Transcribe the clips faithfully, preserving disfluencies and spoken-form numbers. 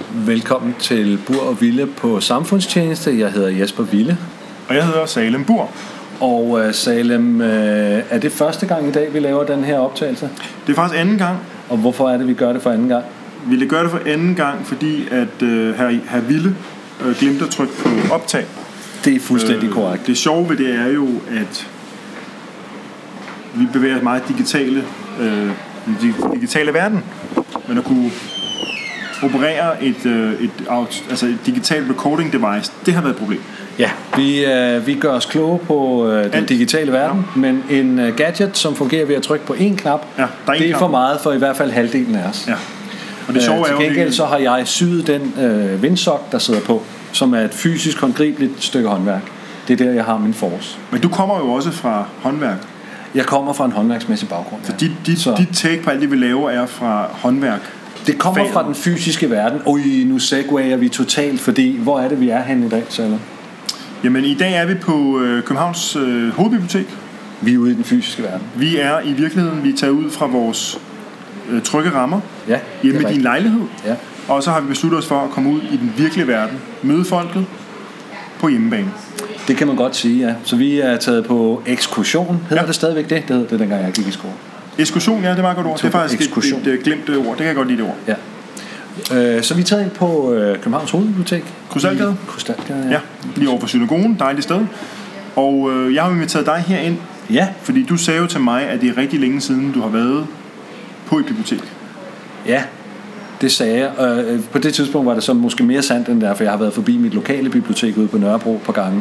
velkommen til Bur og Ville på Samfundstjeneste. Jeg hedder Jesper Ville. Og jeg hedder Salem Bur. Og uh, Salem, uh, er det første gang i dag, vi laver den her optagelse? Det er faktisk anden gang. Og hvorfor er det, vi gør det for anden gang? Vi gør det for anden gang, fordi at uh, her, her Ville uh, glemte at trykke på optag. Det er fuldstændig uh, korrekt. Det sjove ved det er jo, at vi bevæger os meget digitale, uh, digitale verden. Men at kunne operere et, uh, et, altså et digitalt recording device, det har været et problem. Ja, vi, øh, vi gør os kloge på øh, den Alt. digitale verden, ja. Men en øh, gadget, som fungerer ved at trykke på én knap, ja, der er det er knap. for meget for i hvert fald halvdelen af os. Ja. Og det sjove øh, er til gengæld så har jeg syet den øh, vindsok, der sidder på, som er et fysisk håndgribeligt stykke håndværk. Det er der, jeg har min force. Men du kommer jo også fra håndværk. Jeg kommer fra en håndværksmæssig baggrund. Så dit, dit, så. dit take på alt det, vi laver, er fra håndværk. Det kommer Faget. fra den fysiske verden. Ui, nu segwayer vi totalt, fordi hvor er det, vi er henne i dag, Salem? Jamen, i dag er vi på øh, Københavns øh, Hovedbibliotek. Vi er ude i den fysiske verden. Vi er i virkeligheden, vi tager ud fra vores øh, trygge rammer, ja, hjemme i din lejlighed. Ja. Og så har vi besluttet os for at komme ud i den virkelige verden, møde folket på hjemmebane. Det kan man godt sige, ja. Så vi er taget på ekskursion. Hedder ja. det stadigvæk det? Det hed det, dengang jeg gik i skole. Ekskursion, ja, det var et godt ord. Det er faktisk et, et, et glemt ord. Det kan jeg godt lide det ord. Ja. Øh, så vi er taget ind på øh, Københavns Hovedbibliotek. Krystalgade. Krystalgade, ja. Ja, lige over for synagogen. Dejligt sted. Og øh, jeg har inviteret dig herind. Ja. Fordi du sagde jo til mig, at det er rigtig længe siden, du har været på et bibliotek. Ja, det sagde jeg. Øh, på det tidspunkt var det så måske mere sandt end der, for jeg har været forbi mit lokale bibliotek ude på Nørrebro på gangen.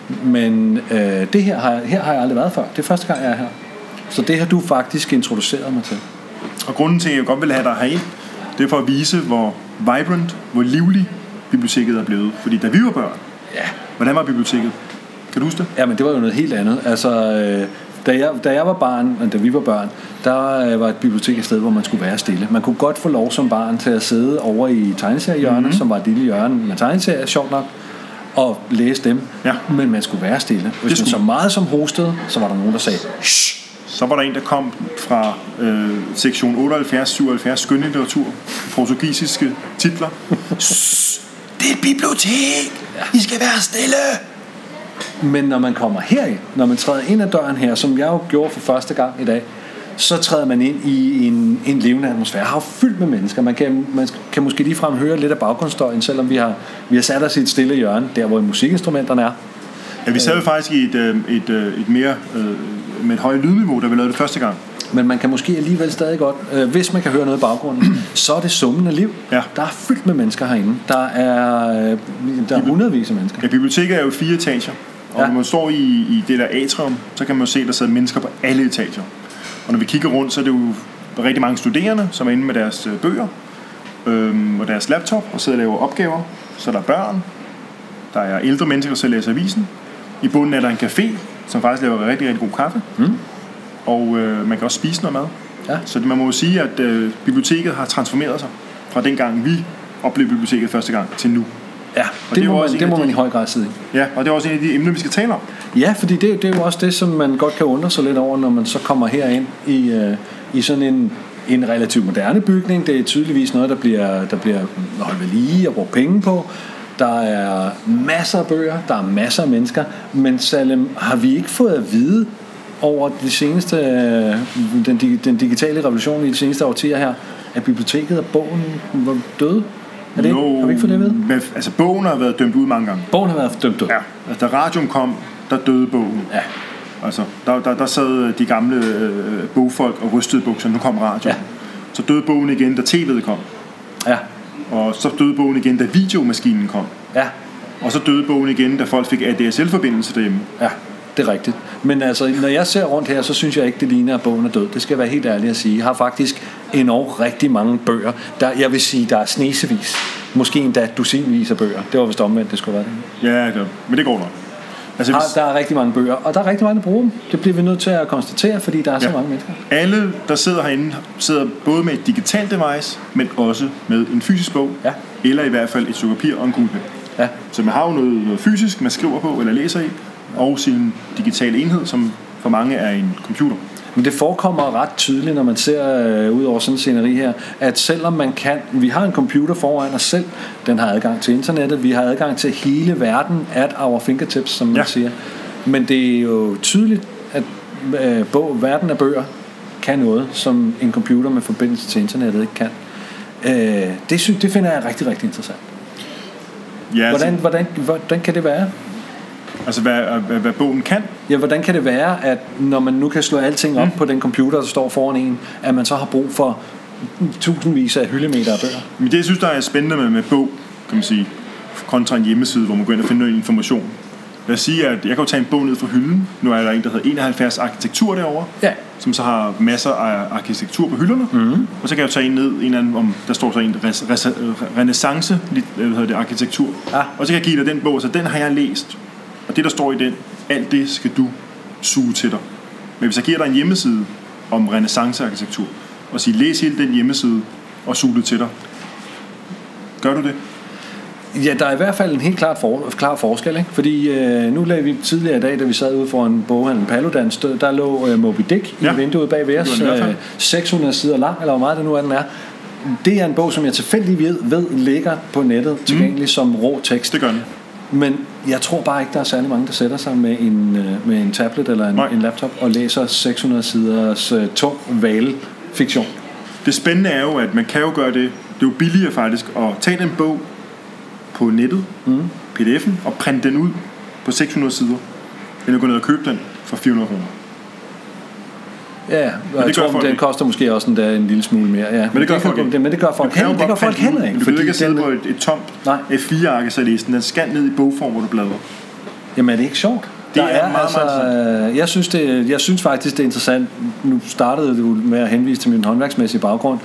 Men øh, det her har, jeg, her har jeg aldrig været før. Det er første gang, jeg er her. Så det har du faktisk introduceret mig til. Og grunden til, at jeg godt vil have dig herind, det er for at vise, hvor vibrant, hvor livlig biblioteket er blevet. Fordi da vi var børn, ja. Hvordan var biblioteket? Kan du huske det? Ja, men det var jo noget helt andet. Altså, øh, da, jeg, da jeg var barn, da vi var børn, der øh, var et bibliotek et sted, hvor man skulle være stille. Man kunne godt få lov som barn til at sidde over i tegneseriehjørnet, mm-hmm. som var et lille hjørne med tegneserier, sjovt nok, og læse dem. Ja. Men man skulle være stille. Hvis man så meget som hostede, så var der nogen, der sagde shh. Så var der en, der kom fra øh, sektion otteoghalvfjerds syvoghalvfjerds skønlitteratur, portugisiske titler. Det er et bibliotek! Ja. I skal være stille! Men når man kommer herind, når man træder ind ad døren her, som jeg jo gjorde for første gang i dag, så træder man ind i en, en levende atmosfære. Har fyldt med mennesker. Man kan, man kan måske ligefrem høre lidt af baggrundsstøjen, selvom vi har, vi har sat os i et stille hjørne, der hvor musikinstrumenterne er. Ja, vi sad jo faktisk i et, et, et, et mere øh, med et højt lydniveau, da vi lavede det første gang. Men man kan måske alligevel stadig godt, øh, hvis man kan høre noget i baggrunden, så er det summende liv. Ja. Der er fyldt med mennesker herinde. Der er, øh, der er hundredvis af mennesker. Ja, biblioteket er jo fire etager. Og ja. Når man står i, i det der atrium, så kan man jo se, at der sidder mennesker på alle etager. Og når vi kigger rundt, så er det jo rigtig mange studerende, som er inde med deres bøger øh, og deres laptop og sidder og laver opgaver. Så er der børn. Der er ældre mennesker, der så læser avisen. I bunden er der en café, som faktisk laver rigtig, rigtig god kaffe. Mm. Og øh, man kan også spise noget mad. Ja. Så det, man må jo sige, at øh, biblioteket har transformeret sig fra dengang vi oplevede biblioteket første gang til nu. Ja, og det, det må, man, det må de, man i høj grad sige. Ja, og det er også en af de emner, vi skal tale om. Ja, fordi det, det er jo også det, som man godt kan undre sig lidt over, når man så kommer herind i, øh, i sådan en, en relativt moderne bygning. Det er tydeligvis noget, der bliver, der bliver holdt ved lige og brugt penge på. Der er masser af bøger, der er masser af mennesker, men Salem, har vi ikke fået at vide over de seneste, den, den digitale revolution i de seneste årtier her, at biblioteket og bogen var døde? Er det? Jo, har vi ikke fået det ved? Men, altså bogen har været dømt ud mange gange. Bogen har været dømt ud? Ja, altså da radioen kom, der døde bogen. Ja. Altså, der, der, der sad de gamle øh, bogfolk og rystede bukser, nu kom radioen. Ja. Så døde bogen igen, da tv'et kom. Ja. Og så døde bogen igen, da videomaskinen kom. Ja. Og så døde bogen igen, da folk fik A D S L-forbindelse derhjemme. Ja, det er rigtigt. Men altså, når jeg ser rundt her, så synes jeg ikke, det ligner, at bogen er død. Det skal jeg være helt ærlig at sige. Jeg har faktisk enormt rigtig mange bøger. Der, jeg vil sige, der er snesevis. Måske endda dusinvis af bøger. Det var vist omvendt, det skulle være det. Ja, det, men det går nok. Altså, hvis... Der er rigtig mange bøger, og der er rigtig mange, der bruger dem. Det bliver vi nødt til at konstatere, fordi der er ja. så mange mennesker. Alle, der sidder herinde, sidder både med et digitalt device, men også med en fysisk bog, ja. eller i hvert fald et stykke papir og en kuglepen. Ja. Så man har jo noget, noget fysisk, man skriver på eller læser i, og sin digitale enhed, som for mange er en computer. Men det forekommer ret tydeligt, når man ser øh, ud over sådan en sceneri her, at selvom man kan, vi har en computer foran os selv, den har adgang til internettet, vi har adgang til hele verden at our fingertips, som man ja. siger. Men det er jo tydeligt, at øh, bog, verden af bøger kan noget, som en computer med forbindelse til internettet ikke kan. Øh, det, synes, det finder jeg rigtig, rigtig interessant. Ja, hvordan, altså, hvordan, hvordan kan det være? Altså hvad, hvad, hvad bogen kan? Ja, hvordan kan det være, at når man nu kan slå alting op mm. på den computer, der står foran en, at man så har brug for tusindvis af hyldemeter af bøger? Men det, jeg synes, der er spændende med, med bog, kan man sige, kontra en hjemmeside, hvor man går ind og finder noget information. Lad os sige, at jeg kan jo tage en bog ned fra hylden. Nu er der en, der hedder enoghalvfjerds arkitektur derovre, ja. som så har masser af arkitektur på hylderne. Mm. Og så kan jeg jo tage en ned, en anden, om der står så en res, res, renaissance, hvad hedder det, arkitektur. Ja. Og så kan jeg give dig den bog, så den har jeg læst. Og det, der står i den, alt det skal du suge til dig. Men hvis jeg giver dig en hjemmeside om renaissancearkitektur, og siger, læs hele den hjemmeside og suge det til dig, gør du det? Ja, der er i hvert fald en helt klart for, klar forskel, ikke? Fordi øh, nu lagde vi tidligere i dag, da vi sad ude foran boghandlen Paludan, der lå øh, Moby Dick ja. i vinduet bag ved os, øh, seks hundrede sider lang, eller hvor meget det nu er, den er. Det er en bog, som jeg tilfældigvis ved, ved ligger på nettet, tilgængelig mm. som rå tekst. Det gør den. Men jeg tror bare ikke, der er særlig mange, der sætter sig med en, øh, med en tablet eller en, en laptop og læser seks hundrede siders øh, tung valfiktion. Det spændende er jo, at man kan jo gøre det, det er jo billigere faktisk, at tage den bog på nettet, mm. P D F'en, og printe den ud på seks hundrede sider, end at gå ned og købe den for fire hundrede kroner. Ja, og jeg tror, den koster måske også en, der, en lille smule mere. Ja. Men det gør folk ikke. Det, men det gør folk heller ikke. Det gør folk heller ikke. Du kan ikke sidde på et, et tomt F fire ark, så læse den. Den skal ned i bogform, hvor du bladrer. Jamen er det ikke sjovt? Det er, er meget, altså, meget jeg synes, det, jeg synes faktisk, det er interessant. Nu startede du med at henvise til min håndværksmæssige baggrund,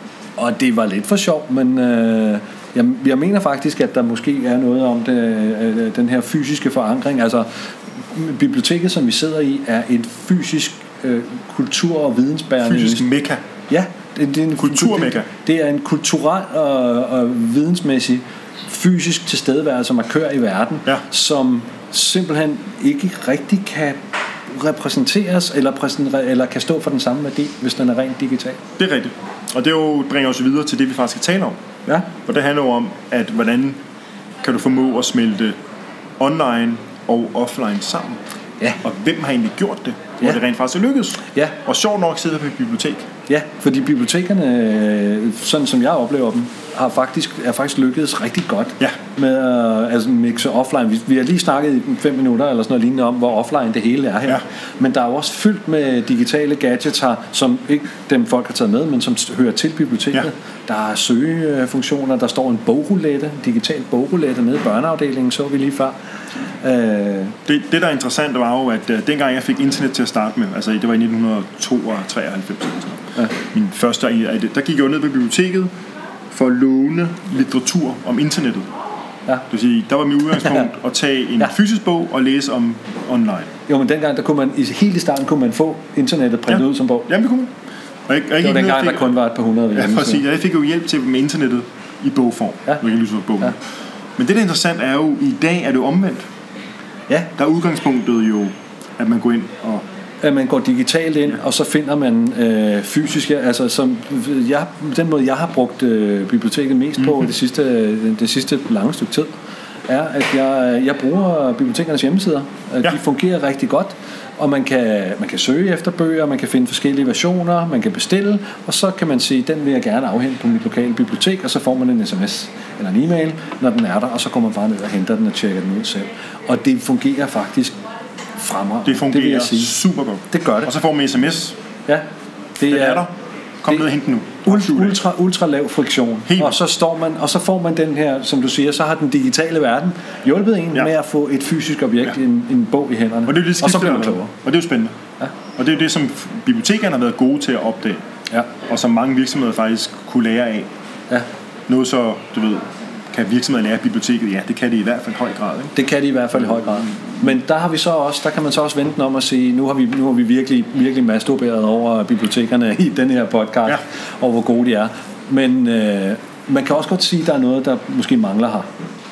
og det var lidt for sjovt, men øh, jeg, jeg mener faktisk, at der måske er noget om det, øh, den her fysiske forankring. Altså, biblioteket, som vi sidder i, er et fysisk øh, kultur- og vidensbærende... Fysisk mekka. Ja, det, det er en kulturmekka. Det, det er en kulturel og, og vidensmæssig fysisk tilstedeværelse, som er kørt i verden, ja. som simpelthen ikke rigtig kan repræsenteres eller, præsenter, eller kan stå for den samme værdi, hvis den er rent digital. Det er rigtigt. Og det jo bringer os videre til det, vi faktisk skal tale om. Ja. For det handler jo om, at hvordan kan du formå at smelte online og offline sammen. Ja. Og hvem har egentlig gjort det, hvor ja. det rent faktisk er lykkedes. Ja. Og sjovt nok sidder på et bibliotek. Ja, fordi bibliotekerne, sådan som jeg oplever dem, har faktisk, er faktisk lykkedes rigtig godt ja. med at altså, mixe offline. Vi, vi har lige snakket i fem minutter eller sådan noget lignende om, hvor offline det hele er her. Ja. Men der er jo også fyldt med digitale gadgets her, som ikke dem folk har taget med, men som hører til biblioteket. Ja. Der er søgefunktioner, der står en bogroulette, en digital bogroulette nede i børneafdelingen, så vi lige før. Øh, det, det der er interessant var jo, at uh, dengang jeg fik internet til at starte med, altså det var i nitten treoghalvfems, ja. min første, der gik jeg jo ned på biblioteket for at låne litteratur om internettet. Ja. Det vil sige, der var mit udgangspunkt at tage en ja. fysisk bog og læse om online. Jo, men dengang, der kunne man, helt i starten kunne man få internettet printet ja. ud som bog. Jamen, det kunne man. Og jeg, og jeg det var dengang, der kun var et par hundrede. Ja, præcis. Jeg fik jo hjælp til med internettet i bogform. Ja. Jeg kan lyse på bogen. Ja. Men det, der er interessant, er jo, i dag er det jo omvendt. Ja. Der er udgangspunktet jo, at man går ind og... At man går digitalt ind, ja. og så finder man øh, fysisk... Altså, som, jeg, den måde, jeg har brugt øh, biblioteket mest mm-hmm. på det sidste, det sidste lange stykke tid, er, at jeg, jeg bruger bibliotekernes hjemmesider. Ja. De fungerer rigtig godt, og man kan, man kan søge efter bøger, man kan finde forskellige versioner, man kan bestille, og så kan man sige, den vil jeg gerne afhente på mit lokale bibliotek, og så får man en sms eller en e-mail, når den er der, og så kommer man bare ned og henter den og tjekker den ud selv. Og det fungerer faktisk fremragende. Det fungerer det super godt. Det gør det. Og så får man sms. Ja. Det den er, er der. Kom ned og hent nu. Ultra, ultra lav friktion. Helt. Og så står man, og så får man den her, som du siger, så har den digitale verden hjulpet en ja. med at få et fysisk objekt, ja. en, en bog i hænderne. Og, det er det, og så bliver man klogere. Og det er jo spændende. Ja. Og det er jo det, som bibliotekerne har været gode til at opdage. Ja. Og som mange virksomheder faktisk kunne lære af. Ja. Noget så, du ved, kan virksomheder lære af biblioteket? Ja, det kan de i hvert fald i høj grad. Ikke? Det kan de i hvert fald i høj grad. Men der har vi så også, der kan man så også vente om at sige, nu har vi, nu har vi virkelig, virkelig masturberet over bibliotekerne i den her podcast, ja. og hvor gode de er. Men øh, man kan også godt sige, at der er noget, der måske mangler her.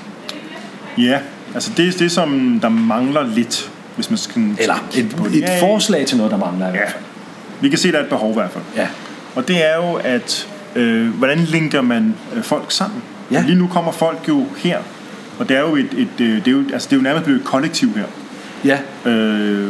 Ja, altså det er det, som der mangler lidt, hvis man skal... Eller et, et ja, forslag til noget, der mangler i hvert fald. Vi kan se, at der er et behov i hvert fald. Ja. Og det er jo, at øh, hvordan linker man øh, folk sammen? Ja. Lige nu kommer folk jo her, og det er jo et, et, øh, det er jo, altså det er jo nærmest blevet et kollektiv her. Ja. Øh,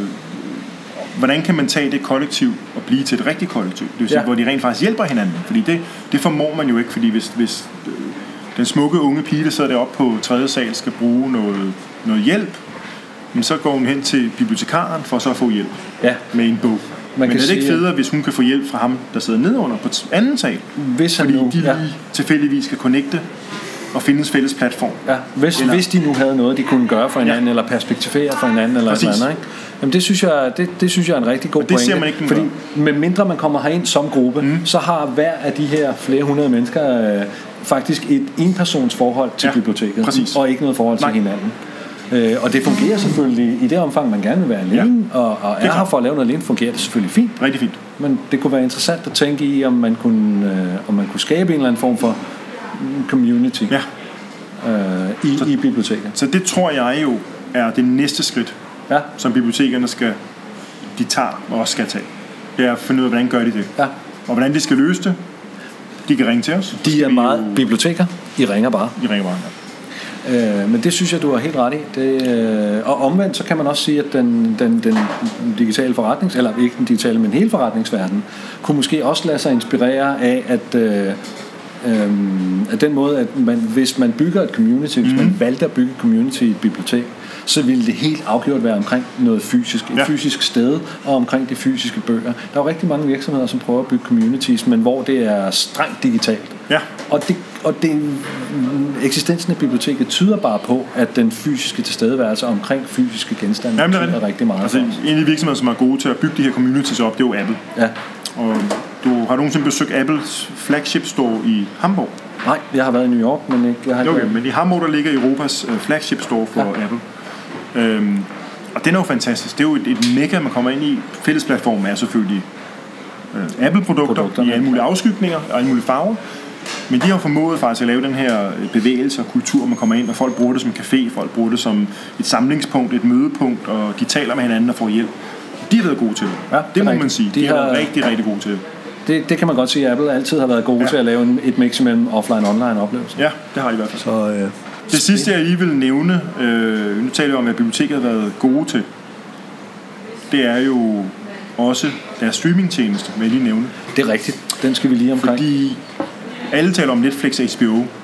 hvordan kan man tage det kollektiv og blive til et rigtigt kollektiv? Det vil sige, Ja. hvor de rent faktisk hjælper hinanden. Fordi det, det formår man jo ikke, fordi hvis, hvis øh, den smukke unge pige, der sidder deroppe på tredje sal, skal bruge noget, noget hjælp, men så går hun hen til bibliotekaren for så at få hjælp Ja. med en bog. Man Men kan er det ikke sige, federe, hvis hun kan få hjælp fra ham, der sidder nedenunder på anden sal? Hvis han Fordi nu, de lige ja. tilfældigvis kan connecte og finde en fælles platform. Ja, hvis, Eller- hvis de nu havde noget, de kunne gøre for hinanden, Ja. eller perspektivere for hinanden, eller Præcis. et eller andet, ikke? Jamen det synes jeg, det, det synes jeg er en rigtig god Og det pointe. ser man ikke, den fordi gør. med mindre man kommer herind som gruppe, mm. så har hver af de her flere hundrede mennesker øh, faktisk et enpersons forhold til Ja, biblioteket, præcis. og ikke noget forhold til Nej. hinanden. Øh, og det fungerer selvfølgelig i det omfang, man gerne vil være alene, ja. og, og er klart. her for at lave noget alene, fungerer det selvfølgelig fint. Rigtig fint. Men det kunne være interessant at tænke i, om man kunne, øh, om man kunne skabe en eller anden form for community Ja. øh, i, Så- i biblioteket. Så det tror jeg jo er det næste skridt, Ja, som bibliotekerne skal, de tager og også skal tage. Det er at finde ud af, hvordan gør de det. ja. Og hvordan de skal løse det, de kan ringe til os. De er Vi meget jo- biblioteker. I ringer bare. De ringer bare. Ja. Øh, men det synes jeg, du har helt ret i. Det, øh, og omvendt, så kan man også sige, at den, den, den digitale forretnings... Eller ikke den digitale, men hele forretningsverden kunne måske også lade sig inspirere af, at... Øh, øh, at den måde, at man, hvis man bygger et community, hvis man valgte at bygge et community i et bibliotek, så ville det helt afgjort være omkring noget fysisk, et Ja. fysisk sted, og omkring de fysiske bøger. Der er jo rigtig mange virksomheder, som prøver at bygge communities, men hvor det er strengt digitalt. Ja. Og, det, og det, eksistensen af biblioteket tyder bare på, at den fysiske tilstedeværelse omkring fysiske genstande Jamen, det er betyder rigtigt. rigtig meget. Altså, for os. en af de virksomheder, som er gode til at bygge de her communities op, det er jo Apple. Ja. Og du har nogensinde besøgt Apples flagship store i Hamburg. Nej, jeg har været i New York, men ikke, jeg har ikke Okay, været- men i Hamburg, der ligger Europas øh, flagship store for Ja. ja. Apple. Øhm, og den er jo fantastisk. Det er jo et, et mega, man kommer ind i. Fællesplatformen er selvfølgelig øh, Apple-produkter Produkterne, i alle mulige afskygninger og alle mulige farver. Men de har formået faktisk at lave den her bevægelse og kultur, man kommer ind, og folk bruger det som en café, folk bruger det som et samlingspunkt, et mødepunkt, og de taler med hinanden og får hjælp. De har været gode til det. Ja, det, det er må rigtigt. man sige. De, De har har- været rigtig, rigtig gode til det. det, det kan man godt sige, at Apple altid har været gode Ja. til at lave en, et mix mellem offline og online oplevelser. Ja, det har de i hvert fald. Så, øh, Det sidste, jeg lige vil nævne, øh, nu taler vi om, at biblioteket har været gode til, det er jo også deres streamingtjeneste, vil jeg lige nævne. det er rigtigt. Den skal vi lige omkring. Fordi alle taler om Netflix og H B O.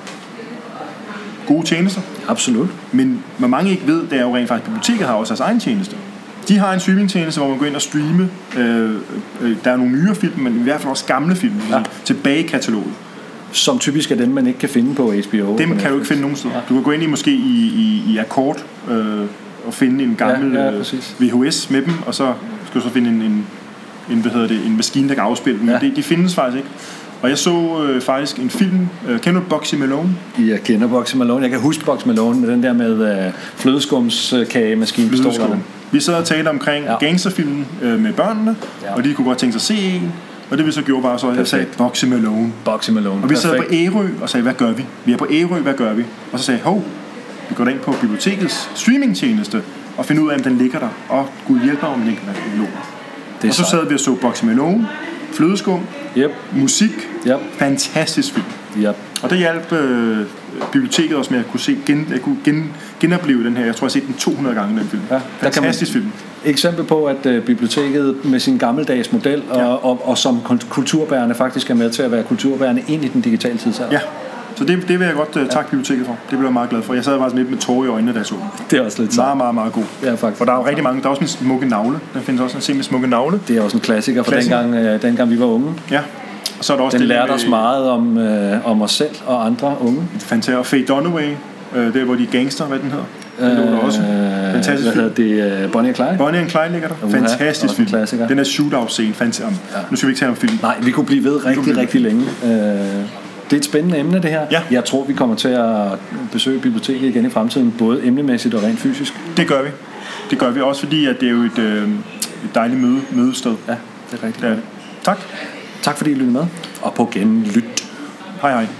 Gode tjenester. Absolut. Men hvad mange ikke ved, det er jo rent faktisk, at biblioteket har også deres egen tjeneste. De har en streamingtjeneste, hvor man går ind og streame. Øh, øh, der er nogle nyere film, men i hvert fald også gamle film. Ja. Ja. Tilbage i kataloget. Som typisk er dem, man ikke kan finde på H B O. Dem kan du ikke finde nogen steder. Du kan gå ind i måske i, i, i Akkord øh, og finde en gammel Ja, ja, øh, præcis. V H S med dem, og så skal du så finde en, en, en, hvad hedder det, en maskine, der kan afspille dem. Ja. Ja. Det, de findes faktisk ikke. Og jeg så øh, faktisk en film, øh, kender du Bugsy Malone? Jeg kender Bugsy Malone. Jeg kan huske Bugsy Malone med den der med øh, flødeskumskagemaskinen. Flødeskum. Vi sad og talte omkring Ja. ja. gangsterfilmen øh, med børnene, Ja. ja. og de kunne godt tænke sig at se en. Og det vi så gjorde var så, at jeg sagde Perfekt. Bugsy Malone. Bugsy Malone. Og vi sad på Perfekt. Ærø og sagde, hvad gør vi? Vi er på Ærø, hvad gør vi? Og så sagde jeg, hov, vi går ind på bibliotekets streamingtjeneste og finder ud af, om den ligger der. Og Gud hjælper, om den ikke lå. Det er Og så sejt. sad vi og så Bugsy Malone, flødeskum, Yep, musik, yep, fantastisk film. yep. Og det hjalp øh, biblioteket også med at kunne, se, gen, at kunne gen, genopleve den her. Jeg tror, jeg har set den to hundrede gange, den film. Ja, der kan man- Fantastisk film. Eksempel på, at øh, biblioteket med sin gammeldags model og, Ja. og, og som kul- kulturbærende faktisk er med til at være kulturbærende ind i den digitale tidsalder. Ja, så det, det vil jeg godt uh, takke biblioteket for. Det blev jeg meget glad for. Jeg sad faktisk lidt med tårer i øjnene, da jeg så den. Det er også lidt Meget, sejt. meget, meget god. Ja, faktisk. For der er jo rigtig mange. Der er også en smukke navle. Der findes også en scene med smukke navle. Det er også en klassiker fra Klassiker. dengang, øh, dengang vi var unge. Ja. Og så er der også Den det lærte med- os meget om, øh, om os selv og andre unge. Fantastisk. Og Faye Dunaway, øh, der hvor de er gangster, hvad den hedder. Den lå der også. Øh, Fantastisk hvad film. hedder det? Øh, Bonnie og Clyde? Bonnie and Clyde ligger der. Uha, Fantastisk også en film. klassiker. Den er shootout-scene. Fantastisk. Ja. Nu skal vi ikke tale om film. Nej, vi kunne blive ved rigtig, blive ved. rigtig længe. Øh, det er et spændende emne, det her. Ja. Jeg tror, vi kommer til at besøge biblioteket igen i fremtiden, både emnemæssigt og rent fysisk. Det gør vi. Det gør vi også, fordi at det er jo et, øh, et dejligt møde, mødested. Ja, det er rigtigt. Det er det. Tak. Tak fordi I lyttede med, og på genlyt. Hej hej.